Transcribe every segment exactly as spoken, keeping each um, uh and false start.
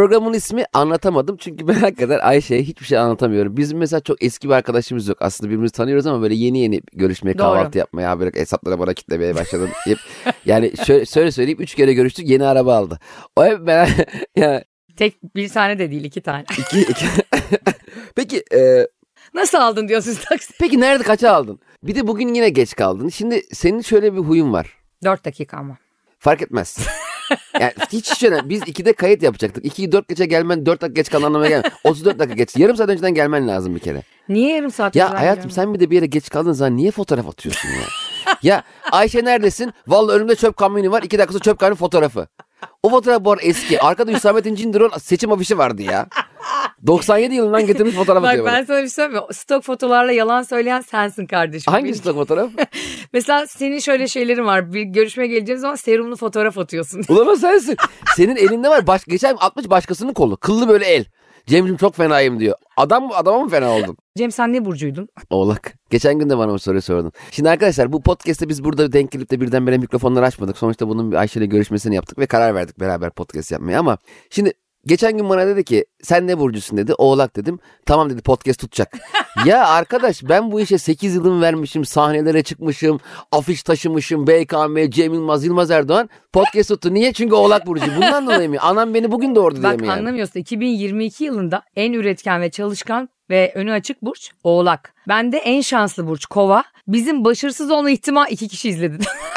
Programın ismi anlatamadım çünkü ben hakikaten Ayşe'ye hiçbir şey anlatamıyorum. Bizim mesela çok eski bir arkadaşımız yok. Aslında birbirimizi tanıyoruz ama böyle yeni yeni görüşmeye, Doğru. kahvaltı yapmaya, böyle hesaplara bana kitlemeye başladım. Hep, yani şöyle, şöyle söyleyeyim, üç kere görüştük, yeni araba aldı. O hep ben yani. Tek bir tane de değil, iki tane. İki, iki. Peki. E, Nasıl aldın diyorsunuz taksi? Peki nerede, kaça aldın? Bir de bugün yine geç kaldın. Şimdi senin şöyle bir huyun var. Dört dakika ama. Fark etmez. Yani hiç hiç önemli. Biz ikide kayıt yapacaktık. ikiyi dört geçe gelmen, dört dakika geç kalan anlamına gelmez. otuz dört dakika geç. Yarım saat önceden gelmen lazım bir kere. Niye yarım saat Ya önceden hayatım gelmem? sen bir de bir yere geç kaldığın zaman niye fotoğraf atıyorsun ya? Ya Ayşe neredesin? Vallahi önümde çöp kamyonu var. iki dakika sonra çöp kamyonu fotoğrafı. O fotoğraf bu arada eski. Arkada Hüsamettin Cindir'in seçim afişi vardı ya. doksan yedi yılından getirmiş fotoğraf atıyor. Bak ben bana. sana bir şey söyleyeyim mi? Stok fotolarla yalan söyleyen sensin kardeşim. Hangi Benim- stok fotoğraf? Mesela senin şöyle şeylerin var. Bir görüşmeye geleceğimiz zaman serumlu fotoğraf atıyorsun. Ulan o sensin. Senin elinde var. Baş, geçen atmış başkasının kolu. Kıllı böyle el. Cemciğim çok fenayım diyor. Adam mı, adama mı fena oldun? Cem sen ne burcuydun? Oğlak. Geçen gün de bana o soruyu sordun. Şimdi arkadaşlar bu podcast'te biz burada denk gelip de birdenbire mikrofonları açmadık. Sonuçta bunun bir Ayşe'yle görüşmesini yaptık ve karar verdik beraber podcast yapmaya ama şimdi geçen gün bana dedi ki sen ne burcusun dedi. Oğlak dedim. Tamam dedi, podcast tutacak. Ya arkadaş ben bu işe sekiz yılımı vermişim. Sahnelere çıkmışım. Afiş taşımışım. B K M, Cem Yılmaz, Yılmaz Erdoğan. Podcast tuttu. Niye? Çünkü Oğlak burcu. Bundan dolayı mı? Anam beni bugün doğurdu diye Bak mi yani? anlamıyorsun. iki bin yirmi iki yılında en üretken ve çalışkan ve önü açık burç Oğlak. Ben de en şanslı burç Kova. Bizim başarısız olma ihtimali iki kişi izledi.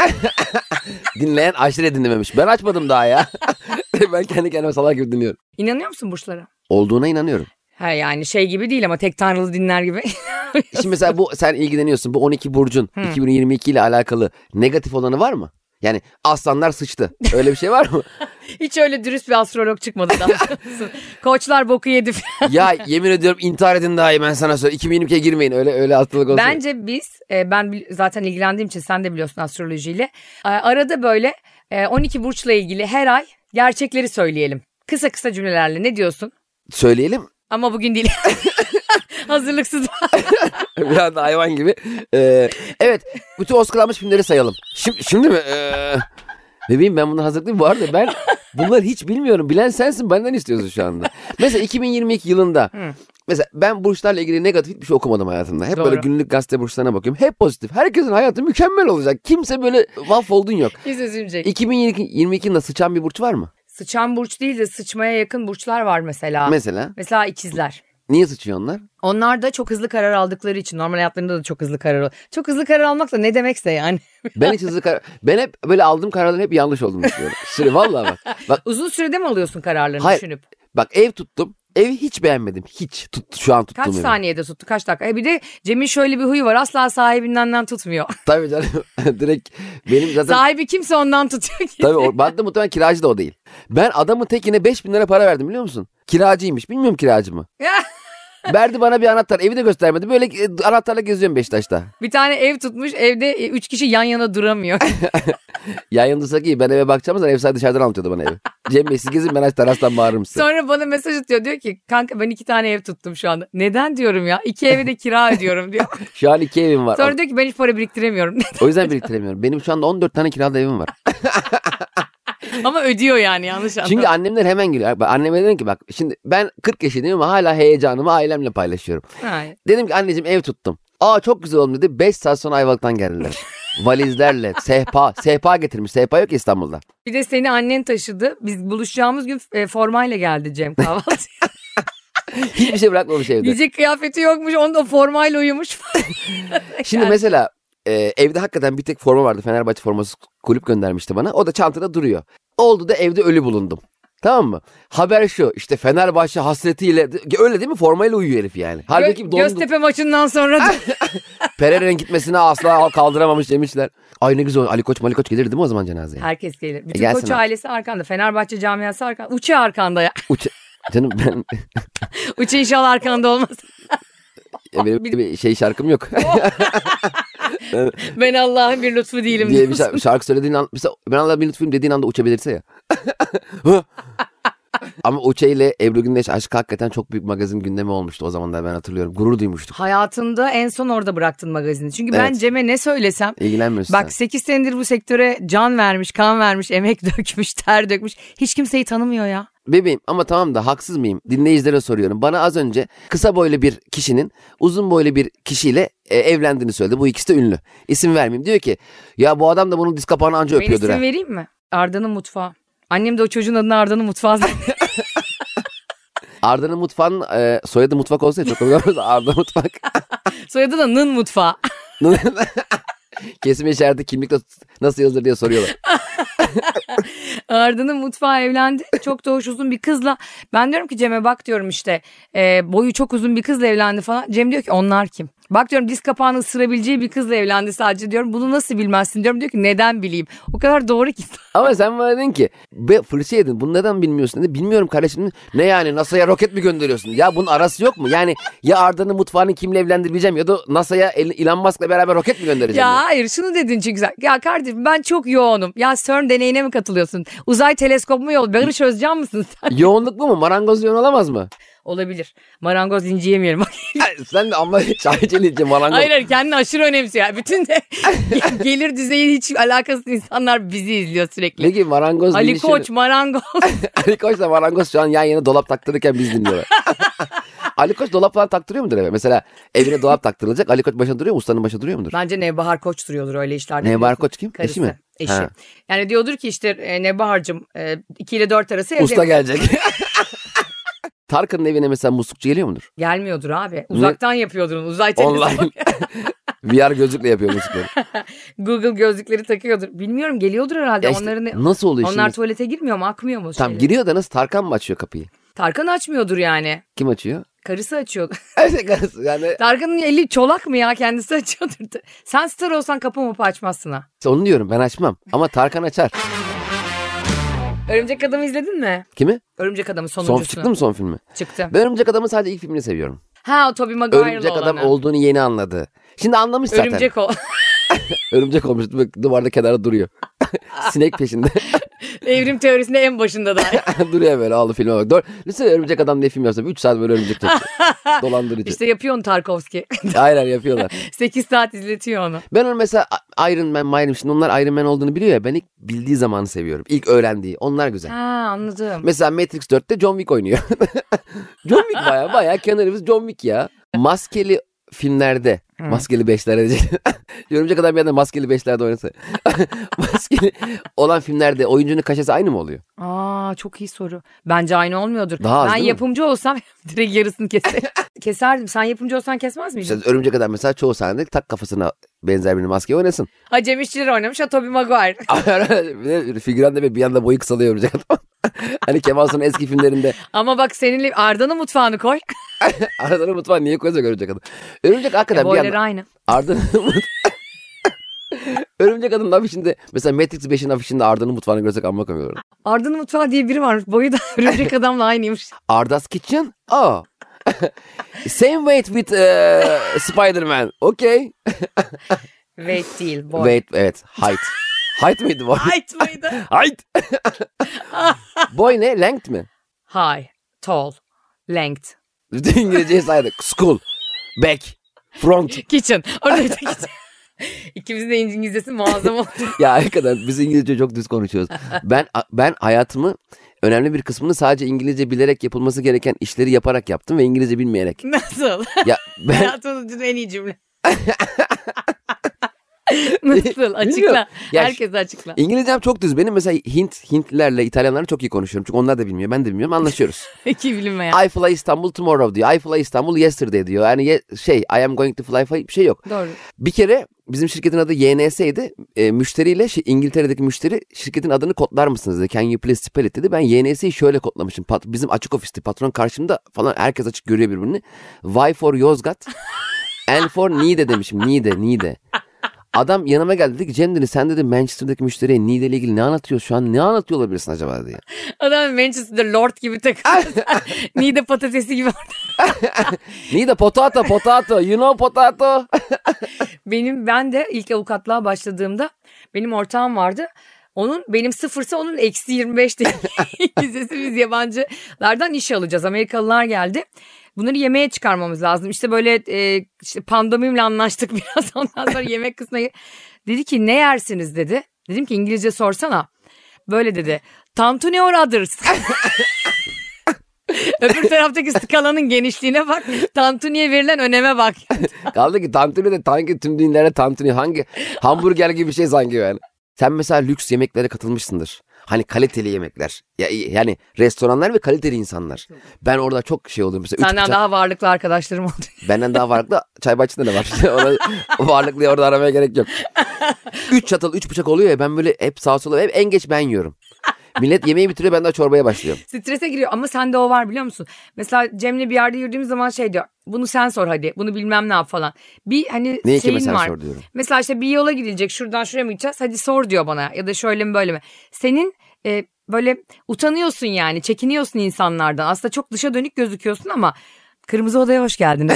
Dinleyen Ayşe dinlememiş. Ben açmadım daha ya. Ben kendi kendime salak gibi dinliyorum. İnanıyor musun burçlara? Olduğuna inanıyorum. Ha yani şey gibi değil ama tek tanrılı dinler gibi. Şimdi mesela bu sen ilgileniyorsun. Bu on iki burcun Hmm. iki bin yirmi iki ile alakalı negatif olanı var mı? Yani aslanlar sıçtı. Öyle bir şey var mı? Hiç öyle dürüst bir astrolog çıkmadı daha. Koçlar boku yedi falan. Ya yemin ediyorum intihar edin daha iyi, ben sana söyleyeyim. iki bin yirmi ikiye girmeyin, öyle öyle hastalık olsun. Bence biz e, ben bil- zaten ilgilendiğim için sen de biliyorsun astrolojiyle. E, arada böyle e, on iki burçla ilgili her ay gerçekleri söyleyelim. Kısa kısa cümlelerle ne diyorsun? Söyleyelim. Ama bugün değil. Hazırlıksız. Bir anda hayvan gibi. Ee, evet. Bütün Oscar almış filmleri sayalım. Şimdi, şimdi mi? Ee, bebeğim ben bundan hazır değilim. Bu arada ben bunları hiç bilmiyorum. Bilen sensin, benden istiyorsun şu anda. Mesela iki bin yirmi iki yılında mesela ben burçlarla ilgili negatif hiçbir şey okumadım hayatımda. Hep Doğru. böyle günlük gazete burçlarına bakıyorum. Hep pozitif. Herkesin hayatı mükemmel olacak. Kimse böyle mahvoldun yok. Hiç üzülmeyecek. iki bin yirmi iki yılında sıçan bir burç var mı? Sıçan burç değil de sıçmaya yakın burçlar var mesela. Mesela? Mesela ikizler. Niye sıçıyor onlar? Onlar da çok hızlı karar aldıkları için normal hayatlarında da çok hızlı karar al. Çok hızlı karar almak da ne demekse yani. Ben hiç hızlı karar... Ben hep böyle aldığım kararların hep yanlış olduğunu düşünüyorum. Süre vallahi bak. Bak, Uzun sürede mi alıyorsun kararlarını Hayır. düşünüp? bak ev tuttum. Evi hiç beğenmedim. Hiç tuttu şu an tuttuğum Kaç evi. saniyede tuttu? Kaç dakika? E bir de Cem'in şöyle bir huyu var. Asla sahibinden tutmuyor. Tabii canım. Direkt benim zaten... Sahibi kimse ondan tutuyor ki. Tabii o, ben de muhtemelen kiracı da o değil. Ben adamın tekine beş bin lira para verdim biliyor musun? Kiracıymış. Bilmiyorum kiracı mı? Verdi bana bir anahtar. Evi de göstermedi. Böyle e, anahtarla geziyorum Beşiktaş'ta. Bir tane ev tutmuş. Evde e, üç kişi yan yana duramıyor. Yan yanındaysak iyi. Ben eve bakacağım zaman ev sahibi dışarıdan anlatıyordu bana evi. Cem Bey siz gezin, ben aç terastan bağırırım size. Sonra bana mesaj atıyor. Diyor ki kanka ben iki tane ev tuttum şu anda. Neden diyorum ya? İki evi de kira ödüyorum diyor. Şu an iki evim var. Sonra diyor ki ben hiç para biriktiremiyorum. O yüzden biriktiremiyorum. Benim şu anda on dört tane kiralı evim var. Ama ödüyor yani yanlış anladım. Çünkü annemler hemen geliyor. Bak, anneme dedim ki bak şimdi ben kırk yaşındayım ama hala heyecanımı ailemle paylaşıyorum. Hayır. Dedim ki anneciğim ev tuttum. Aa çok güzel oldu dedi. beş saat sonra Ayvalık'tan geldiler. Valizlerle sehpa. Sehpa getirmiş. Sehpa yok İstanbul'da. Bir de seni annen taşıdı. Biz buluşacağımız gün e, formayla geldi Cem kahvaltıya. Hiçbir şey bırakmamış evde. Giyecek kıyafeti yokmuş. Onu da formayla uyumuş. Şimdi mesela e, evde hakikaten bir tek forma vardı. Fenerbahçe forması kulüp göndermişti bana. O da çantada duruyor. Oldu da evde ölü bulundum. Tamam mı? Haber şu işte Fenerbahçe hasretiyle öyle değil mi? Formayla uyuyor herif yani. Halbuki Gö- dondum. Göztepe maçından sonra da Pereira'nın gitmesine asla kaldıramamış demişler. Ay ne güzel Ali Koç Mali Koç gelir değil mi o zaman cenazeye? herkes gelir. Bütün Gelsin Koç abi. ailesi arkanda. Fenerbahçe camiası arkanda. Uçi arkanda ya. Uç... Canım ben Uçi inşallah arkanda olmaz. benim bir şey şarkım yok. Ben Allah'ın bir lütfu değilim diye bir diyorsun. şarkı, şarkı söylediğin an mesela ben Allah'ın bir lütfuyum dediğin anda uçabilirse ya. Ama Uçe ile Ebru Gündeş aşkı hakikaten çok büyük magazin gündemi olmuştu o zamanlar, ben hatırlıyorum. Gurur duymuştuk. Hayatında en son orada bıraktın magazini. Çünkü ben Evet. Cem'e ne söylesem. İlgilenmiyorsun Bak sen. sekiz senedir bu sektöre can vermiş, kan vermiş, emek dökmüş, ter dökmüş. Hiç kimseyi tanımıyor ya. Bebeğim ama tamam da haksız mıyım? Dinleyicilere soruyorum. Bana az önce kısa boylu bir kişinin uzun boylu bir kişiyle e, evlendiğini söyledi. Bu ikisi de ünlü. İsim vermeyeyim. Diyor ki ya bu adam da bunun diz kapağını anca Ben öpüyordur. isim ha. vereyim mi? Arda'nın mutfağı. Annem de o çocuğun adını Arda'nın mutfağı zannediyor. Arda'nın mutfağının e, soyadı mutfak olsa ya çok komik olmaz. Arda mutfak. Soyadı da Nın mutfağı. Kesme işareti kimlikte nasıl yazılır diye soruyorlar. Arda'nın mutfağı evlendi. Çok da hoş uzun bir kızla. Ben diyorum ki Cem'e bak diyorum işte e, boyu çok uzun bir kızla evlendi falan. Cem diyor ki onlar kim? Bak diyorum diz kapağını ısırabileceği bir kızla evlendi sadece diyorum. Bunu nasıl bilmezsin diyorum. Diyor ki neden bileyim? O kadar doğru ki. Ama sen bana dedin ki be, fırça yedin bunu neden bilmiyorsun dedi. Bilmiyorum kardeşim. Ne yani NASA'ya roket mi gönderiyorsun? Ya bunun arası yok mu? Yani ya Arda'nın mutfağını kimle evlendireceğim ya da NASA'ya Elon Musk'la beraber roket mi göndereceğim? Ya Ya hayır şunu dedin çünkü güzel. Ya kardeşim ben çok yoğunum. Ya CERN deneyine mi katılıyorsun? Uzay teleskop mu yol? Barış Özcan mısın sen? Yoğunluk bu mu? Marangoz yoğun olamaz mı? Olabilir. Marangoz linci yemeyelim. Sen de amma çaycılığı marangoz. Hayır hayır kendini aşırı önemsiyor. Yani bütün de gelir düzeyi hiç alakasız insanlar bizi izliyor sürekli. Peki marangoz Ali dinlişi- Koç, marangoz. Ali Koç'la marangoz şu an yan yana dolap taktırırken biz dinliyorlar. Ali Koç dolap falan taktırıyor mudur eve? Mesela evine dolap taktırılacak. Ali Koç başında duruyor mu? Ustanın başında duruyor mudur? Bence Nevbahar Koç duruyordur öyle işlerde. Nevbahar biliyorsun. Koç kim? Karısı. Eşi mi? Eşi. Ha. Yani diyordur ki işte e, Nevbahar'cığım iki ile dört arası evde. Usta gelecek. Tarkan'ın evine mesela muslukçu geliyor mudur? Gelmiyordur abi. Uzaktan yapıyordur onu. Uzay Online. teleskop. V R gözlükle yapıyor muslukları. Google gözlükleri takıyordur. Bilmiyorum geliyordur herhalde. Ya işte Onların ne- nasıl oluyor Onlar şimdi? tuvalete girmiyor mu? Akmıyor mu? Tam şeyleri? giriyor da nasıl Tarkan mı açıyor kapıyı? Tarkan açmıyordur yani. Kim açıyor? Karısı açıyor. Evet karısı yani. Tarkan'ın eli çolak mı ya? Kendisi açıyordur. Sen star olsan kapı mapı açmazsın ha. Onu diyorum ben açmam. Ama Tarkan açar. Örümcek Adam'ı izledin mi? Kimi? Örümcek Adam'ın Son sonuncusu. çıktı mı son filmi? Çıktı. Ben Örümcek Adam'ın sadece ilk filmini seviyorum. Ha o Tobey Maguire'lı Örümcek olanı. Adam olduğunu yeni anladı. Şimdi anlamış zaten. Örümcek o. Örümcek olmuş duvarda kenarda duruyor. Sinek peşinde. Evrim teorisinde en başında da. Duruyor böyle ağlı filme bak. Doğru. Lütfen Örümcek Adam diye film yapsam üç saat böyle örümcek çekti. Dolandırıcı. İşte yapıyor onu Tarkovski. Aynen yapıyorlar. sekiz saat izletiyor onu. Ben onu mesela Iron Man, Iron şimdi onlar Iron Man olduğunu biliyor ya ben ilk bildiği zamanı seviyorum. İlk öğrendiği. Onlar güzel. Ha anladım. Mesela Matrix dörtte John Wick oynuyor. John Wick baya baya Keanu Reeves John Wick ya. Maskeli filmlerde, Hmm. maskeli beşlerde diyecek. Örümcek Adam bir anda maskeli beşlerde oynasa. Maskeli olan filmlerde oyuncunun kaşesi aynı mı oluyor? Aa çok iyi soru. Bence aynı olmuyordur. Daha az ben değil mi? yapımcı olsam direkt yarısını keserim. Keserdim. Sen yapımcı olsan kesmez miydin? İşte Örümcek Adam mesela çoğu sahnede tak kafasına benzer bir maske oynasın. Ha Cem İşçiler oynamış ha Tobey Maguire. Bir de Figüranda bir yanda boyu kısalıyor Örümcek Adam. Hani Kemal Sunal'ın eski filmlerinde Ama bak seninle Arda'nın mutfağını koy. Arda'nın mutfağı niye koyacak Örümcek Adam? Örümcek hakikaten E, bir boyları anda aynı. Arda'nın Örümcek Adam'ın afişinde mesela Matrix beşin afişinde Arda'nın mutfağını görsek amma koyuyorlar. Arda'nın mutfağı diye biri varmış. Boyu da Örümcek Adam'la aynıymış. Arda's Kitchen? Oh. Same weight with uh, Spider-Man. Okay. Weight değil boy. Weight evet. Height. Height mıydı boy? Height mıydı? Height. Boy ne? Length mi? High, tall, length. Bütün İngilizceyi saydık. School. Back. Front. Kitchen. Orada bir de kitchen. İkimizin de İngilizcesi muazzam oldu. Ya hakikaten biz İngilizce çok düz konuşuyoruz. Ben ben hayatımı önemli bir kısmını sadece İngilizce bilerek yapılması gereken işleri yaparak yaptım ve İngilizce bilmeyerek. Nasıl? Ya ben Hayatımın en iyi cümle. Nasıl? Açıkla. Bilmiyorum. Ya Herkese açıkla. İngilizcem çok düz. Benim mesela Hint Hintlilerle İtalyanlarla çok iyi konuşuyorum. Çünkü onlar da bilmiyor. Ben de bilmiyorum. Anlaşıyoruz. İki bilinmeyen. I fly Istanbul tomorrow diyor. I fly Istanbul yesterday diyor. Yani ye, şey I am going to fly fly bir şey yok. Doğru. Bir kere bizim şirketin adı Y N S'ydi. E, müşteriyle şey, İngiltere'deki müşteri şirketin adını kodlar mısınız dedi. Can you please spell it dedi. Ben Y N S'yi şöyle kodlamışım. Pat, bizim açık ofisti. Patron karşımda falan herkes açık görüyor birbirini. Y for Yozgat. N for Niğde demişim. Niğde, Niğde. Adam yanıma geldi dedi ki Cem dedi sen dedi Manchester'daki müşteriye Niğde ile ilgili ne anlatıyorsun şu an ne anlatıyor olabilirsin acaba diye. Adam Manchester'da Lord gibi takılıyor. Niğde patatesi gibi. Niğde potato potato you know potato. Benim ben de ilk avukatlığa başladığımda benim ortağım vardı. Onun benim sıfırsa onun eksi yirmi beşti. İngilizcesi biz yabancılardan iş alacağız. Amerikalılar geldi. Bunları yemeğe çıkarmamız lazım. İşte böyle e, işte pandomimle anlaştık biraz ondan sonra yemek kısmına. Dedi ki ne yersiniz dedi. Dedim ki İngilizce sorsana. Böyle dedi. Tantuni or others. Öbür taraftaki skalanın genişliğine bak. Tantuni'ye verilen öneme bak. Kaldı ki tantuni de sanki tüm dinlere tantuni. Hangi hamburger gibi bir şey sanki yani. Sen mesela lüks yemeklere katılmışsındır. Hani kaliteli yemekler. Ya, yani restoranlar ve kaliteli insanlar. Ben orada çok şey oluyorum. Mesela Senden bıçak, daha varlıklı arkadaşlarım oldu. benden daha varlıklı çay bahçesinde de var. Ona, o varlıklıyı orada aramaya gerek yok. Üç çatal, üç bıçak oluyor ya, ben böyle hep sağa sola, hep en geç ben yiyorum. Millet yemeği bitiriyor, ben daha çorbaya başlıyorum. Strese giriyor ama sende o var biliyor musun? Mesela Cem'le bir yerde yürüdüğümüz zaman şey diyor. Bunu sen sor hadi. Bunu bilmem ne yap falan. Bir hani Neyi şeyin ki mesela var. sor diyorum. Mesela işte bir yola gidilecek. Şuradan şuraya mı gideceğiz? Hadi sor diyor bana. Ya da şöyle mi böyle mi? Senin e, böyle utanıyorsun yani. Çekiniyorsun insanlardan. Aslında çok dışa dönük gözüküyorsun ama Kırmızı Oda'ya hoş geldiniz.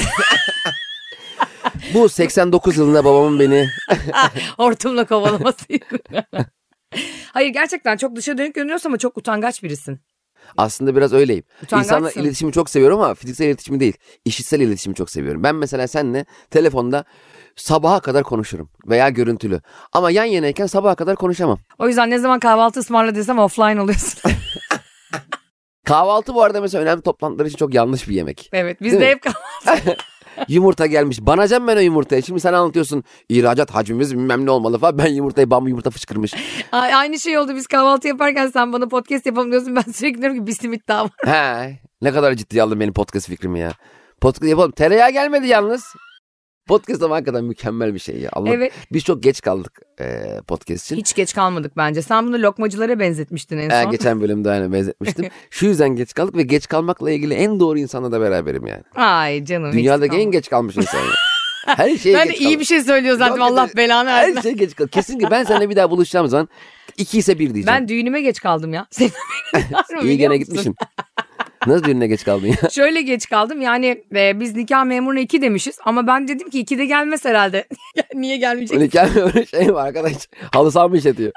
Bu seksen dokuz yılında babamın beni... Hortumla kovalamasıydı. Hayır, gerçekten çok dışa dönük görünüyorsun ama çok utangaç birisin. Aslında biraz öyleyim. Utangaçsın. İnsanla iletişimi çok seviyorum ama fiziksel iletişimi değil. İşitsel iletişimi çok seviyorum. Ben mesela seninle telefonda sabaha kadar konuşurum veya görüntülü. Ama yan yanayken sabaha kadar konuşamam. O yüzden ne zaman kahvaltı ısmarla desem offline oluyorsun. Kahvaltı bu arada mesela önemli toplantılar için çok yanlış bir yemek. Evet, biz Değil de mi? hep kahvaltı. Yumurta gelmiş. Banacağım ben o yumurtayı. Şimdi sen anlatıyorsun. İhracat hacmimiz bilmem ne olmalı falan. Ben yumurtayı bam yumurta fışkırmış. Aynı şey oldu, biz kahvaltı yaparken sen bana podcast yapalım diyorsun. Ben sürekli diyorum ki bir simit daha var. He, ne kadar ciddiye aldın benim podcast fikrimi ya. Podcast yapalım. Tereyağı gelmedi yalnız. Podcast ama hakikaten mükemmel bir şey ya. Allah, Evet. Biz çok geç kaldık e, podcast için. Hiç geç kalmadık bence. Sen bunu lokmacılara benzetmiştin en son. Ee, geçen bölümde aynı benzetmiştim. Şu yüzden geç kaldık ve geç kalmakla ilgili en doğru insanla da beraberim yani. Ay canım. Dünyadaki en geç kalmış insan ya. Her şeye Ben de geç iyi kaldım. bir şey söylüyor zaten, Yok, Allah belanı Her versin. şey geç kaldı. Kesinlikle ben seninle bir daha buluşacağım zaman iki ise bir diyeceğim. Ben düğünüme geç kaldım ya. Senin haberin var mı, İyi biliyor gene musun? gitmişsin. Nasıl düğününe geç kaldın ya? Şöyle geç kaldım yani, e, biz nikah memuruna iki demişiz ama ben dedim ki ikide gelmez herhalde. Niye gelmeyecek? Öyle gelme, öyle şey mi arkadaş? Halı saha mı işletiyor?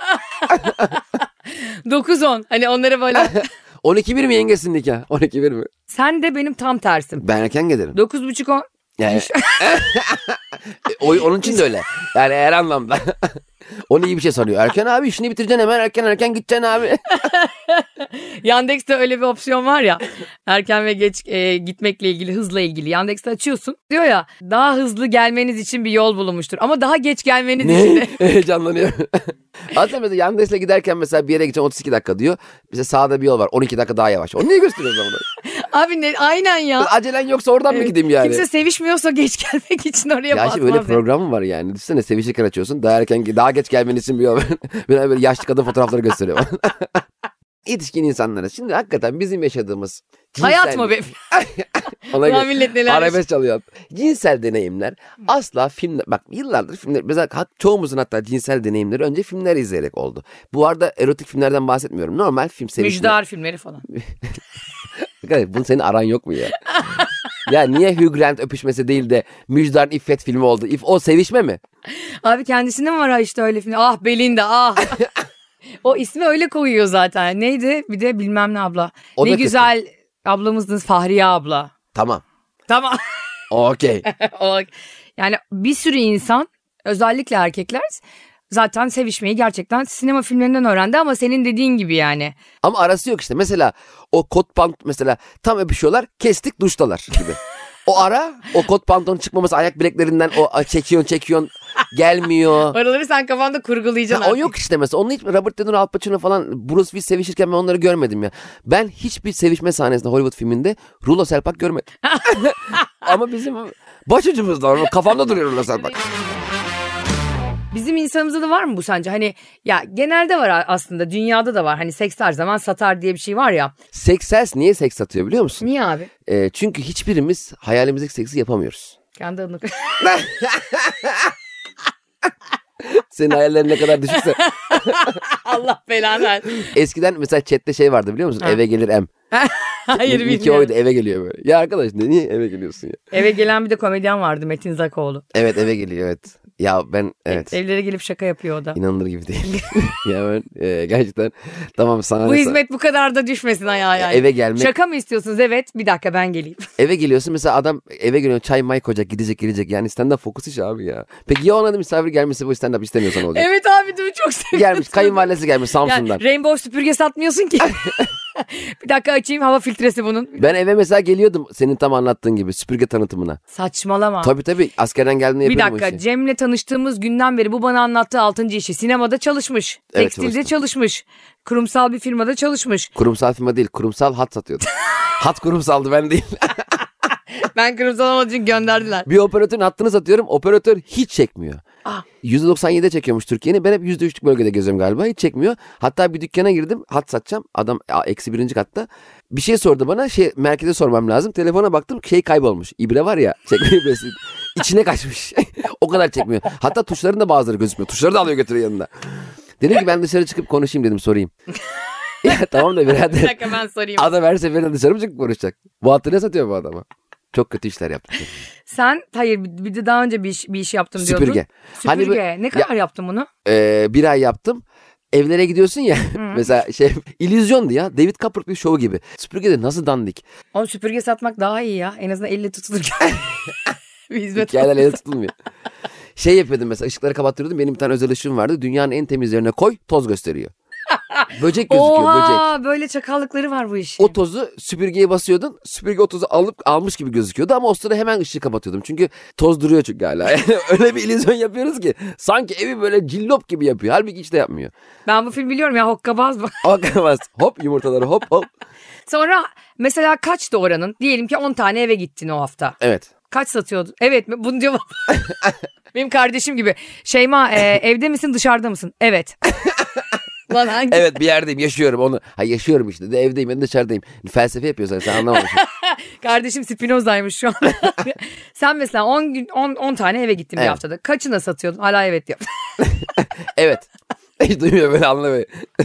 dokuz on hani onlara böyle. on iki bir mi yengesin nikah? on iki bir mi? Sen de benim tam tersim. Ben erken gelirim. dokuz buçuk on. Yani, o, onun için de öyle. Yani her anlamda. Onu iyi bir şey sanıyor. Erken abi, işini bitireceksin hemen, erken erken gideceksin abi. Yandex'te öyle bir opsiyon var ya, erken ve geç e, gitmekle ilgili, hızla ilgili. Yandex'te açıyorsun, diyor ya daha hızlı gelmeniz için bir yol bulunmuştur ama daha geç gelmeniz için de. Ne? Heyecanlanıyor. Aslında mesela Yandex'le giderken mesela bir yere gideceğim otuz iki dakika diyor. Bize sağda bir yol var on iki dakika daha yavaş. Onu niye gösteriyorsun onu? Abi ne, aynen ya. Acelen yoksa oradan mı gideyim yani? Kimse sevişmiyorsa geç gelmek için oraya Ya basmaz. şimdi öyle program mı var yani? Düşünsene, sevişirken açıyorsun. Daha erken, daha geç gelmeniz için bir yol. Ben böyle yaşlı kadın fotoğrafları gösteriyor. Yetişkin insanlara. Şimdi hakikaten bizim yaşadığımız cinsel... Hayat mı be? Ona Ulan millet neler arabesk çalıyor. Cinsel deneyimler asla filmler... Bak yıllardır filmler... Mesela çoğumuzun hatta cinsel deneyimleri önce filmler izleyerek oldu. Bu arada erotik filmlerden bahsetmiyorum. Normal film serisi. Müjdar filmleri falan. Bunun senin aran yok mu ya? Ya niye Hugh Grant öpüşmesi değil de Müjdar'ın İffet filmi oldu? İf, o sevişme mi? Abi kendisinde mi var ha işte öyle film? Ah Belinda ah. O ismi öyle koyuyor zaten. Neydi? Bir de bilmem ne abla. O ne da güzel ablamızdınız, Fahriye abla. Tamam. Tamam. Okey. O- yani bir sürü insan, özellikle erkekler zaten sevişmeyi gerçekten sinema filmlerinden öğrendi ama senin dediğin gibi yani. Ama arası yok işte. Mesela o kot pant mesela tam öpüşüyorlar, kestik, duştalar gibi. O ara o kot pantolonun çıkmaması, ayak bileklerinden o çekiyorsun çekiyorsun gelmiyor. Oraları sen kafanda kurgulayacaksın. Ha, o artık. yok işte mesela. Onun hiç Robert De Niro, Al Pacino falan, Bruce Willis sevişirken ben onları görmedim ya. Ben hiçbir sevişme sahnesinde Hollywood filminde rulo selpak görmedim. Ama bizim başucumuzda var. Kafamda duruyor rulo selpak. Bizim insanımızda da var mı bu sence? Hani ya genelde var aslında, dünyada da var. Hani seks her zaman satar diye bir şey var ya. Seks sels niye seks satıyor biliyor musun? Niye abi? Ee, çünkü hiçbirimiz hayalimizdeki seksi yapamıyoruz. Kendi adına. Senin hayallerin ne kadar düşükse. Allah belanı versin. Eskiden mesela chatte şey vardı biliyor musun? Ha. Eve gelir em. Hayır İyi ki bilmiyorum. oydu, eve geliyor böyle. Ya arkadaş ne, niye eve geliyorsun ya? Eve gelen bir de komedyen vardı, Metin Zakoğlu. Evet, eve geliyor evet. Ya ben evet. Evlere gelip şaka yapıyor o da. İnanılır gibi değil. Ya ben e, gerçekten tamam sana. Bu hizmet bu kadar da düşmesin ayağa yani. Eve gelmek. Şaka mı istiyorsunuz? Evet, bir dakika ben geleyim. Eve geliyorsun mesela adam eve geliyor çay may koyacak gidecek gelecek yani stand-up fokus iş abi ya. Peki ya ona da misafir gelmesi bu stand-up istemiyorsan olacak. Evet abi değil mi? Çok seviyorum. Gelmiş kayınvalidesi gelmiş Samsun'dan. Yani Rainbow süpürge satmıyorsun ki. Bir dakika açayım hava filtresi bunun. Ben eve mesela geliyordum senin tam anlattığın gibi süpürge tanıtımına. Saçmalama. Tabii tabii askerden geldiğinde Bir yapıyordum dakika Cem'le tanıştığımız günden beri bu bana anlattığı altıncı işi. Sinemada çalışmış. Evet, Tekstilde çalıştım. çalışmış. Kurumsal bir firmada çalışmış. Kurumsal firma değil kurumsal hat satıyordu. Hat kurumsaldı ben değil. Ben kurumsal olmadığı için gönderdiler. Bir operatörün hattını satıyorum operatör hiç çekmiyor. Ah. yüzde doksan yedi'de çekiyormuş Türkiye'nin. Ben hep yüzde üçlük bölgede geziyorum galiba. Hiç çekmiyor. Hatta bir dükkana girdim. Hat satacağım. Adam eksi birinci katta. Bir şey sordu bana. Şey merkeze sormam lazım. Telefona baktım. Şey kaybolmuş. İbre var ya. Çekme ibresi. İçine kaçmış. O kadar çekmiyor. Hatta tuşların da bazıları gözükmüyor. Tuşları da alıyor götürüyor yanında. Dedim ki ben dışarı çıkıp konuşayım dedim sorayım. Ya tamam da birader. Bir dakika ben sorayım. Adam her seferinde dışarı mı çıkıp konuşacak? Bu hattı ne satıyor bu adama? Çok kötü işler yaptık. Sen hayır bir de daha önce bir iş, bir iş yaptım diyordun. Süpürge. Süpürge. Hani bu- ne kadar Ya- yaptın bunu? Ee, bir ay yaptım. Evlere gidiyorsun ya mesela şey illüzyondu ya David Copperfield şovu gibi. Süpürge de nasıl dandik. Oğlum süpürge satmak daha iyi ya. En azından elle tutulurken. Bir hizmet Hikayeler olsun. ele tutulmuyor. Şey yapıyordum mesela ışıkları kapattırıyordum. Benim bir tane özel ışığım vardı. Dünyanın en temiz yerine koy toz gösteriyor. Böcek gözüküyor böcek. Oha böyle çakallıkları var bu işin. O tozu süpürgeye basıyordun. Süpürge o tozu alıp almış gibi gözüküyordu ama o sırada hemen ışığı kapatıyordum. Çünkü toz duruyor çünkü hala. Yani öyle bir illüzyon yapıyoruz ki sanki evi böyle cillop gibi yapıyor. Halbuki hiç de yapmıyor. Ben bu film biliyorum ya hokkabaz mı? Bakamaz. Hop yumurtaları hop hop. Sonra mesela kaçtı oranın? Diyelim ki on tane eve gittin o hafta. Evet. Kaç satıyordun? Evet mi? Bunu diyor. Benim kardeşim gibi. Şeyma e, evde misin dışarıda mısın? Evet. Lan hangi? Evet bir yerdeyim yaşıyorum onu. Ha yaşıyorum işte de evdeyim ben dışarıdayım. Felsefe yapıyorsun sen anlamamışsın. Kardeşim Spinoza'ymış şu an. Sen mesela on gün on on tane eve gittin bir Evet. haftada. Kaçına satıyordun? Hala evet diyor. Evet. Hiç duymuyor böyle anlamıyor.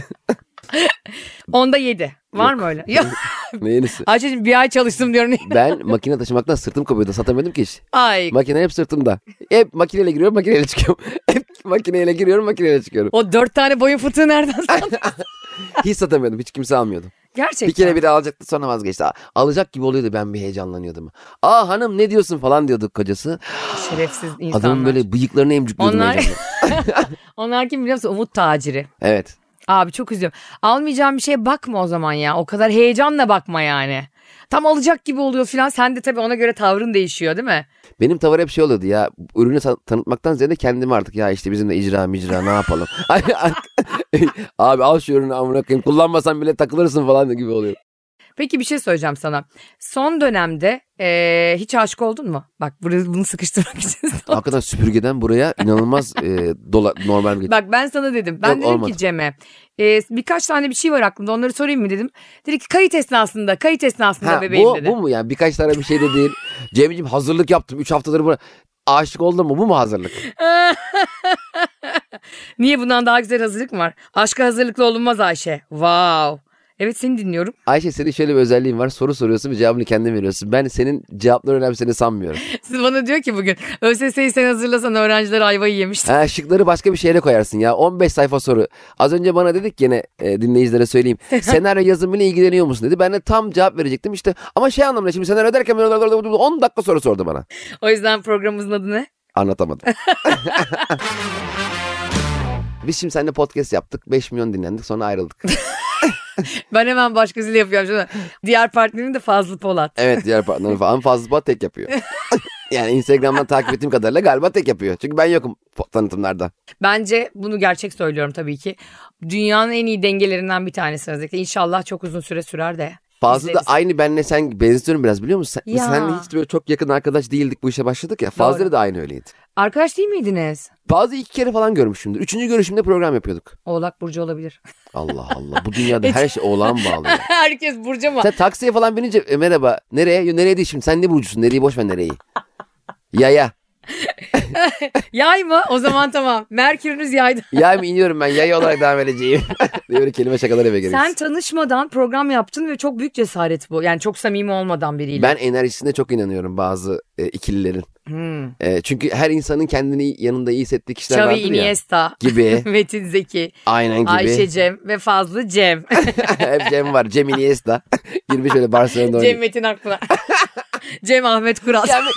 Onda yedi. Var mı öyle? Ya. Ne yenisi? Ayşe'cim bir ay çalıştım diyorum. Ben makine taşımaktan sırtım kopuyordu. Satamıyordum ki hiç. Ay. Makine hep sırtımda. Hep makineyle giriyorum makineyle çıkıyorum. Hep makineyle giriyorum makineyle çıkıyorum. O dört tane boyun fıtığı nereden sandın? Hiç satamıyordum. Hiç kimse almıyordu. Gerçekten. Bir kere biri alacaktı sonra vazgeçti. Alacak gibi oluyordu ben bir heyecanlanıyordum. Aa hanım ne diyorsun falan diyordu kocası. Şerefsiz insanlar. Adamın böyle bıyıklarını emcikliyordum Onlar... heyecanla. Onlar kim biliyor musun? Umut taciri. Evet. Abi çok üzüyorum. Almayacağım bir şeye bakma o zaman ya. O kadar heyecanla bakma yani. Tam alacak gibi oluyor filan. Sen de tabii ona göre tavrın değişiyor değil mi? Benim tavır hep şey oluyordu ya. Ürünü ta- tanıtmaktan ziyade kendimi artık ya işte bizim de icra micra ne yapalım. Abi al şu ürünü amına koyayım. Kullanmasan bile takılırsın falan gibi oluyor. Peki bir şey söyleyeceğim sana. Son dönemde eee, hiç aşık oldun mu? Bak burası, bunu sıkıştırmak için. Hakikaten süpürgeden buraya inanılmaz e, dola, normal bir... Bak ben sana dedim. Ben Yok, dedim olmadı. ki Cem'e e, birkaç tane bir şey var aklımda onları sorayım mı dedim. Dedi ki kayıt esnasında kayıt esnasında Ha, bebeğim bu, dedi. bu mu yani birkaç tane bir şey de değil. Cemciğim hazırlık yaptım. Üç haftadır buraya. Aşık oldun mu? Bu mu hazırlık? Niye bundan daha güzel hazırlık mı var? Aşka hazırlıklı olunmaz Ayşe. Wow. Evet seni dinliyorum. Ayşe senin şöyle bir özelliğin var. Soru soruyorsun ve cevabını kendin veriyorsun. Ben senin cevapları önemseni sanmıyorum. Siz bana diyor ki bugün ÖSS'yi sen hazırlasan öğrenciler ayvayı yemişti. Ha, şıkları başka bir şeyle koyarsın ya. on beş sayfa soru. Az önce bana dedik yine e, dinleyicilere söyleyeyim. Senaryo yazımıyla ilgileniyor musun dedi. Ben de tam cevap verecektim işte. Ama şey anlamda şimdi senaryo derken on dakika soru sordu bana. O yüzden programımızın adı ne? Anlatamadım. Biz şimdi seninle podcast yaptık. beş milyon dinlendik sonra ayrıldık. Ben hemen başkasıyla yapıyorum. Şuna. Diğer partnerim de Fazlı Polat. Evet diğer partnerim falan fazla Polat tek yapıyor. Yani Instagram'dan takip ettiğim kadarıyla galiba tek yapıyor. Çünkü ben yokum tanıtımlarda. Bence bunu gerçek söylüyorum tabii ki. Dünyanın en iyi dengelerinden bir tanesi özellikle. İnşallah çok uzun süre sürer de. Fazla da izleriz. aynı benle sen benziyorum biraz biliyor musun? Sen, Ya. senle hiç böyle çok yakın arkadaş değildik bu işe başladık ya. Fazla da aynı öyleydi. Arkadaş değil miydiniz? Bazı iki kere falan görmüşümdür. Üçüncü görüşümde program yapıyorduk. Oğlak Burcu olabilir. Allah Allah bu dünyada her şey oğlan bağlı. Ya. Herkes Burcu mu? Sen taksiye falan binince e, merhaba nereye? Yo, nereye değil şimdi sen ne burcusun? Nereyi boş ver nereyi? Yaya. Yay mı? O zaman tamam. Merkürünüz yaydı. Yay mı iniyorum ben yaya olarak devam edeceğim. diye böyle kelime şakalar eve geliyoruz. Sen tanışmadan program yaptın ve çok büyük cesaret bu. Yani çok samimi olmadan biriyle. Ben enerjisine çok inanıyorum bazı e, ikililerin. Hmm. E, çünkü her insanın kendini yanında iyi hissettiği kişiler Xavi vardır ya. Iniesta Gibi. Metin Zeki. Aynen gibi. Ayşe Cem ve Fazlı Cem. Hep Cem var. Cem Iniesta. Girmiş öyle Barcelona'da oynuyor. Cem Metin Akpınar. Cem Ahmet Kural. Yani...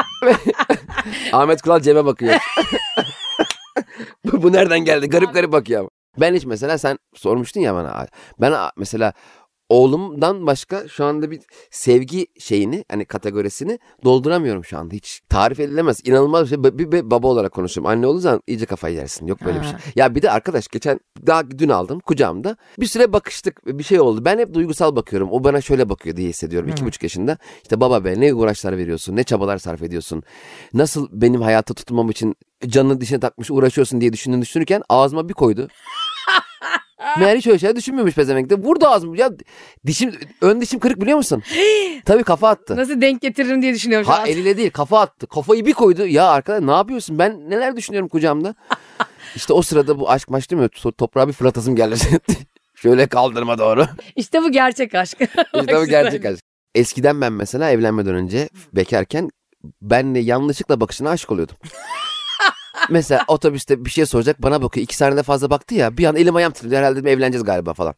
Ahmet Kural Cem'e bakıyor. bu, bu nereden geldi? Garip garip bakıyor ama. Ben hiç mesela sen sormuştun ya bana. Ben mesela oğlumdan başka şu anda bir sevgi şeyini hani kategorisini dolduramıyorum şu anda. Hiç tarif edilemez. İnanılmaz bir şey. Bir, bir baba olarak konuşuyorum. Anne olduğu zaman iyice kafayı yersin. Yok böyle ha. bir şey. Ya bir de arkadaş geçen daha dün aldım kucağımda. Bir süre bakıştık. Bir şey oldu. Ben hep duygusal bakıyorum. O bana şöyle bakıyor diye hissediyorum. İki buçuk yaşında. İşte baba be ne uğraşlar veriyorsun. Ne çabalar sarf ediyorsun. Nasıl benim hayata tutunmam için canını dişine takmış uğraşıyorsun diye düşündüğünü düşünürken ağzıma bir koydu. Meğer hiç öyle şeyler düşünmüyormuş pezevenk de. Vurdu ağzım. Ya dişim, ön dişim kırık biliyor musun? Tabii kafa attı. Nasıl denk getiririm diye düşünüyorum şu Ha an. eliyle değil kafa attı. Kafayı bir koydu. Ya arkadaş ne yapıyorsun? Ben neler düşünüyorum kucağımda. İşte o sırada bu aşk maç değil mi? Toprağa bir fırlatasım geldi. Şöyle kaldırma doğru. İşte bu gerçek aşk. İşte bu gerçek aşk. Eskiden ben mesela evlenmeden önce bekarken benle yanlışlıkla bakışına aşık oluyordum. Mesela otobüste bir şey soracak bana bakıyor. İki saniyede fazla baktı ya. Bir an elim ayağım titriyor. Herhalde dedim, evleneceğiz galiba falan.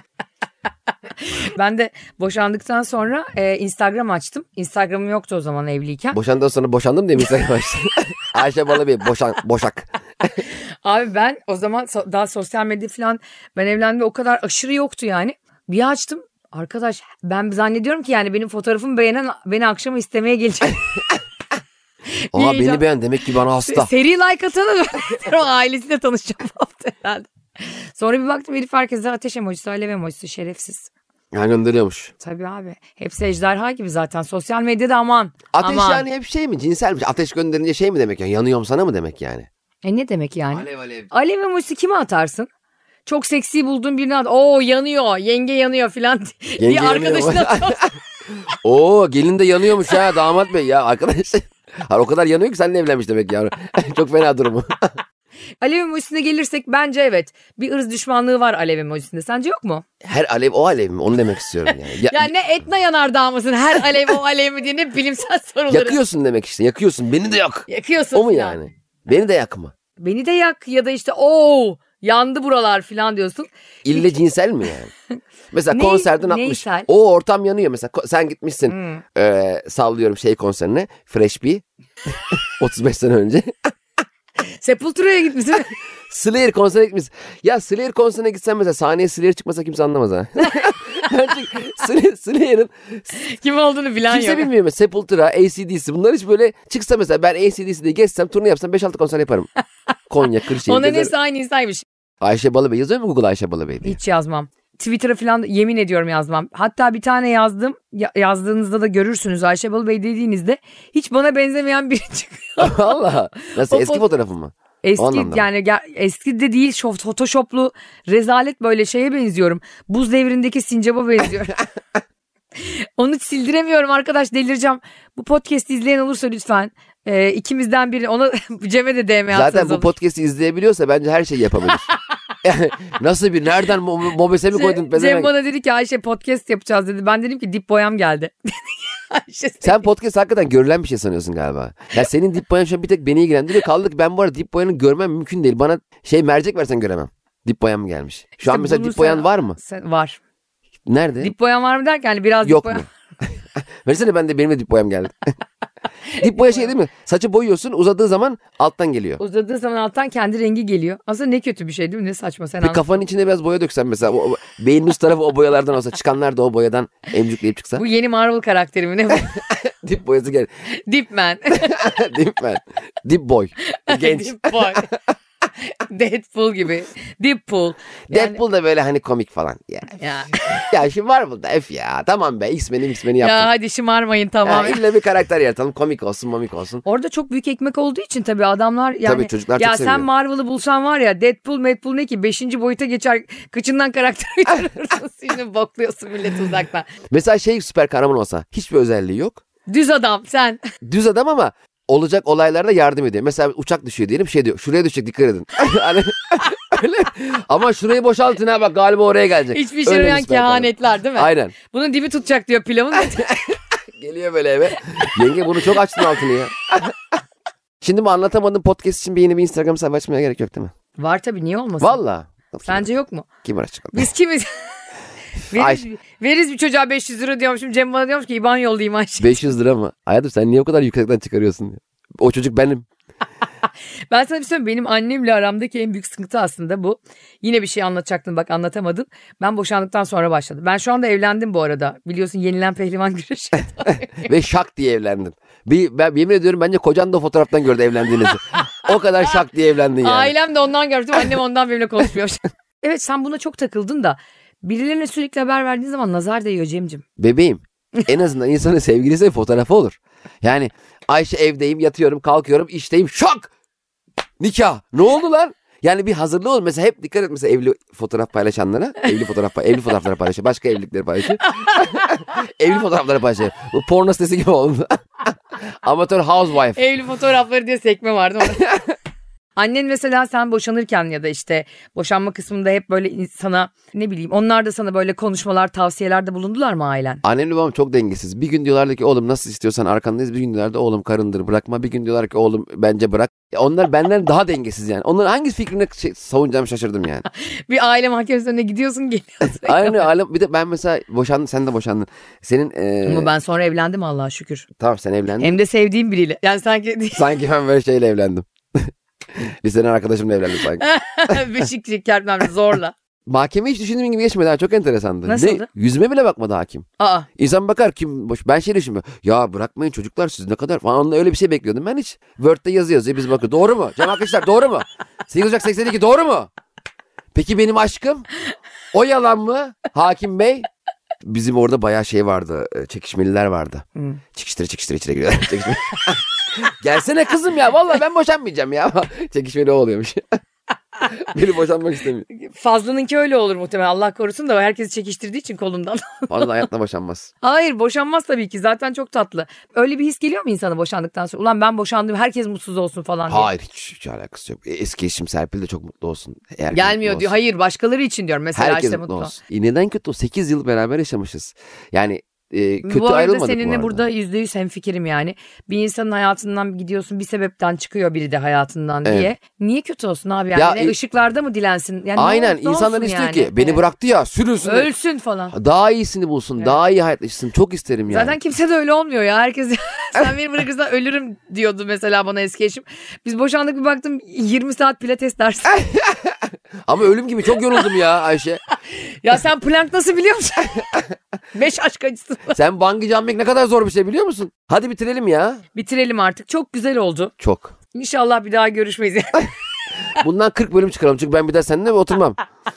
Ben de boşandıktan sonra e, Instagram açtım. Instagram'ım yoktu o zaman evliyken. Boşandıktan sonra boşandım diye mi Instagram açtın? Ayşe Balıbey boşan, boşak. Abi ben o zaman so- daha sosyal medya falan ben evlendiğimde o kadar aşırı yoktu yani. Bir açtım. Arkadaş ben zannediyorum ki yani benim fotoğrafımı beğenen beni akşama istemeye gelecek. Aa beni beğen demek ki bana hasta. Seri like atanı o ailesiyle tanışacağım bu hafta herhalde. Sonra bir baktım herif herkese ateş emojisi, alev emojisi, şerefsiz. Yani gönderiyormuş. Tabii abi. Hepsi ejderha gibi zaten. Sosyal medyada aman. Ateş aman. yani hep şey mi? Cinselmiş. Ateş gönderince şey mi demek yani? Yanıyorum sana mı demek yani? E ne demek yani? Alev alev. Alev emojisi kime atarsın? Çok seksi bulduğun birine at. Oo yanıyor. Yenge yanıyor filan. Yenge diye arkadaşına at. Oo gelin de yanıyormuş ha damat bey ya arkadaş. Ha, o kadar yanıyor ki seninle evlenmiş demek ya. Çok fena durumu. Alev emojisine gelirsek bence evet. Bir ırz düşmanlığı var alev emojisinde. Sence yok mu? Her alev o alev mi? Onu demek istiyorum yani. Ya, Ya ne Etna yanardağ mısın? Her alev o alev mi diye ne bilimsel soruları. yakıyorsun demek işte. Yakıyorsun. Beni de yak. Yakıyorsun O mu filan. yani? Beni de yakma. Beni de yak ya da işte ooo yandı buralar filan diyorsun. İlle cinsel mi yani? Mesela Ne- konserden atmış. neysel? O ortam yanıyor. Mesela ko- sen gitmişsin Hmm. e, sallıyorum şey konserine. Fresh Bee. otuz beş sene önce. Sepultura'ya gitmişsin. Slayer konserine gitmişsin. Ya Slayer konserine gitsen mesela sahneye Slayer çıkmasa kimse anlamaz ha. Slayer, Slayer'ın Kim olduğunu bilen kimse yok. bilmiyor. Mesela Sepultura, A C D C bunlar hiç böyle çıksa mesela ben A C D C diye geçsem turne yapsam beş altı konser yaparım. Konya, Kırşehir. Onların gezer. hepsi aynı insaymış. Ayşe Balıbey yazıyor mu Google Ayşe Balıbey diye? Hiç yazmam. Twitter'a falan da yemin ediyorum yazmam. Hatta bir tane yazdım. Ya- yazdığınızda da görürsünüz Ayşe Balı Bey dediğinizde hiç bana benzemeyen biri çıkıyor. Valla. Nasıl O eski fo- fotoğrafın mı? O Eski anlamda mı? yani ger- eski de değil şof- photoshoplu rezalet böyle şeye benziyorum. Buz devrindeki sincaba benziyorum. Onu sildiremiyorum arkadaş delireceğim. Bu podcast'i izleyen olursa lütfen e, ikimizden biri ona Cem'e de D M atsanız Zaten bu olur. podcast'i izleyebiliyorsa bence her şeyi yapabilir. Yani nasıl bir nereden mo- mobese mi koydun? Cem, pezevenk? Cem bana dedi ki Ayşe podcast yapacağız dedi. Ben dedim ki dip boyam geldi. Ayşe Sen podcast hakikaten görülen bir şey sanıyorsun galiba. Ya senin dip boyan şu an bir tek beni ilgilendiriyor. Kaldı ki ben bu arada dip boyanı görmem mümkün değil. Bana şey mercek versen göremem. Dip boyan mı gelmiş? Şu an İşte mesela bunu dip boyan sen- var mı? Sen, var. Nerede? Dip boyam var mı derken hani biraz Yok dip boyam. mu? Versene ben de benim de dip boyam geldi. Dip boya şey değil mi? Saçı boyuyorsun uzadığı zaman alttan geliyor. Uzadığı zaman alttan kendi rengi geliyor. Aslında ne kötü bir şey değil mi? Ne saçma sen Bir anla. kafanın içine biraz boya döksen mesela. O, o, beynin üst tarafı o boyalardan olsa çıkanlar da o boyadan emcükleyip çıksa. Bu yeni Marvel karakteri mi ne bu? Dip boyası gel. Dip man. Dip man. Dip boy. Genç. Dip boy. Deadpool gibi. Deadpool. Yani, Deadpool da böyle hani komik falan. Ya, ya. ya şimdi var burada F ya. Tamam be X-Men'i X-Men'i yaptım. ya hadi şımarmayın tamam. Ha, illa bir karakter yaratalım. Komik olsun momik olsun. Orada çok büyük ekmek olduğu için tabii adamlar yani. Tabii çocuklar ya çok sen seviyor. Marvel'ı bulsan var ya Deadpool Madpool ne ki beşinci boyuta geçer kıçından karakter uydurursun. Şimdi bokluyorsun milleti uzaktan. Mesela şey süper kahraman olsa hiçbir özelliği yok. Düz adam sen. Düz adam ama olacak olaylarda yardım ediyor. Mesela uçak düşüyor diyelim şey diyor. Şuraya düşecek dikkat edin. Hani öyle. Ama şurayı boşaltın ha bak galiba oraya gelecek. Hiçbir şey Öyle bir olmayan süper kahraman. kehanetler değil mi? Aynen. Bunun dibi tutacak diyor pilavın. Geliyor böyle eve. Yenge bunu çok açtın altını ya. Şimdi bu anlatamadığım podcast için bir yeni bir Instagram sayfa açmaya gerek yok değil mi? Var tabii, niye olmasın? Valla. Sence yok mu? Kim uğraşacak? Biz kimiz? veririz, veririz bir çocuğa beş yüz lira diyormuşum. Cem bana diyormuş ki İban yollayayım Ayşe. beş yüz lira mı? Hayatım sen niye o kadar yüksekten çıkarıyorsun? O çocuk benim. Ben sana bir söyleyeyim, benim annemle aramdaki en büyük sıkıntı aslında bu. Yine bir şey anlatacaktım, bak anlatamadım. Ben boşandıktan sonra başladı. Ben şu anda evlendim bu arada. Biliyorsun, yenilen pehlivan güreşi. Ve şak diye evlendin. Bir, ben yemin ediyorum bence kocan da o fotoğraftan gördü evlendiğinizi. O kadar şak diye evlendin yani. Ailem de ondan gördüm. Annem ondan benimle konuşmuyor. Evet, sen buna çok takıldın da birilerine sürekli haber verdiğin zaman nazar değiyor Cem'cim. Bebeğim, en azından insanın sevgilisi fotoğrafı olur. Yani Ayşe evdeyim, yatıyorum, kalkıyorum, işteyim, şak! Nikah. Ne oldu lan? Yani bir hazırlığı olur. Mesela hep dikkat et mesela evli fotoğraf paylaşanlara. Evli fotoğraf evli fotoğrafları paylaşıyor. Başka evlilikleri paylaşıyor. Evli fotoğrafları paylaşıyor. Bu porno sitesi gibi oldu. Amatör housewife. Evli fotoğrafları diye sekme vardı. Annen mesela sen boşanırken ya da işte boşanma kısmında hep böyle sana ne bileyim, onlar da sana böyle konuşmalar, tavsiyelerde bulundular mı ailen? Annemle babam çok dengesiz. Bir gün diyorlardı ki oğlum nasıl istiyorsan arkandayız. Bir gün diyorlardı oğlum karındır bırakma. Bir gün diyorlar ki oğlum bence bırak. Onlar benden daha dengesiz yani. Onların hangi fikrine şey, savunacağımı şaşırdım yani. Bir aile mahkemesinin önüne gidiyorsun, geliyorsun. Aynen aile. Bir de ben mesela boşandım, sen de boşandın. Senin e... Ama ben sonra evlendim Allah'a şükür. Tamam, sen evlendin. Hem de sevdiğim biriyle. Yani sanki sanki ben böyle şeyle evlendim. Liseden arkadaşımla evlendim sanki. Beşik şekerden zorla. Mahkeme hiç düşündüğüm gibi geçmedi ha, çok enteresandı. Nasıldı? Ne? Yüzüme bile bakmadı hakim. Aa. İnsan bakar kim boş. Ben şey düşünmüyorum. Ya bırakmayın çocuklar siz ne kadar falan, öyle bir şey bekliyordum ben hiç. Word'de yazı yazıyor, biz bakıyoruz. Doğru mu? Cem arkadaşlar doğru mu? sekiz Ocak seksen iki doğru mu? Peki benim aşkım? O yalan mı? Hakim bey. Bizim orada bayağı şey vardı. Çekişmeliler vardı. Hmm. Çıkıştıra çıkıştıra içine giriyorlar. Gelsene kızım ya. Vallahi ben boşanmayacağım ya. Çekişmeli oluyormuş. Beni boşanmak istemiyor. Fazlınınki öyle olur muhtemelen, Allah korusun da herkesi çekiştirdiği için kolundan. Fazla hayatla boşanmaz. Hayır, boşanmaz tabii ki, zaten çok tatlı. Öyle bir his geliyor mu insana boşandıktan sonra? Ulan ben boşandım, herkes mutsuz olsun falan diye. Hayır, hiç, hiç alakası yok. Eski eşim Serpil de çok mutlu olsun. Herkes gelmiyor mutlu diyor. olsun. Hayır, başkaları için diyorum mesela. Herkes işte mutlu mutlu olsun. E neden kötü o? sekiz yıl beraber yaşamışız. Yani e, kötü bu arada ayrılmadık seninle bu arada. burada yüzde yüz hemfikirim yani. Bir insanın hayatından gidiyorsun, bir sebepten çıkıyor biri de hayatından evet. diye. Niye kötü olsun abi yani? Ya, ne, e, ışıklarda mı dilensin? Yani aynen, insanlar istiyor yani. Ki beni evet. bıraktı ya sürünsün. Ölsün falan. Daha iyisini bulsun, evet. daha iyi hayat yaşasın. Çok isterim yani. Zaten kimse de öyle olmuyor ya. Herkes sen beni bırakırsan ölürüm diyordu mesela bana eski eşim. Biz boşandık, bir baktım yirmi saat pilates dersi. Ama ölüm gibi çok yoruldum ya Ayşe. Ya sen plank nasıl biliyor musun? Beş aşk acısı. Sen bungee jumping ne kadar zor bir şey biliyor musun? Hadi bitirelim ya. Bitirelim artık. Çok güzel oldu. Çok. İnşallah bir daha görüşmeyiz. Bundan kırk bölüm çıkaralım çünkü ben bir daha seninle oturmam.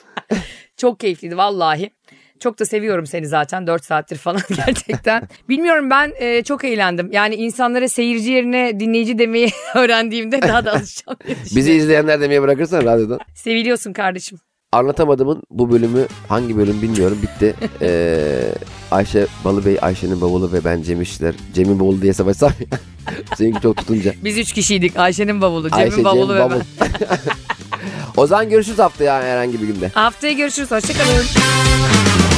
Çok keyifliydi vallahi. Çok da seviyorum seni zaten, dört saattir falan gerçekten. Bilmiyorum, ben e, çok eğlendim. Yani insanlara seyirci yerine dinleyici demeyi öğrendiğimde daha da alışacağım. Bizi izleyenler demeye bırakırsan radyodan. Seviliyorsun kardeşim. Anlatamadım'ın bu bölümü, hangi bölüm bilmiyorum, bitti. Ee, Ayşe Balıbey, Ayşe'nin bavulu ve ben Cem İşçiler. Cem'in bavulu diye savaşsam ya. Seninki çok tutunca. Biz üç kişiydik. Ayşe'nin bavulu, Cem'in Ayşe, bavulu Cem, ve bavul. Ben. O zaman görüşürüz haftaya herhangi bir günde. Haftaya görüşürüz. Hoşçakalın.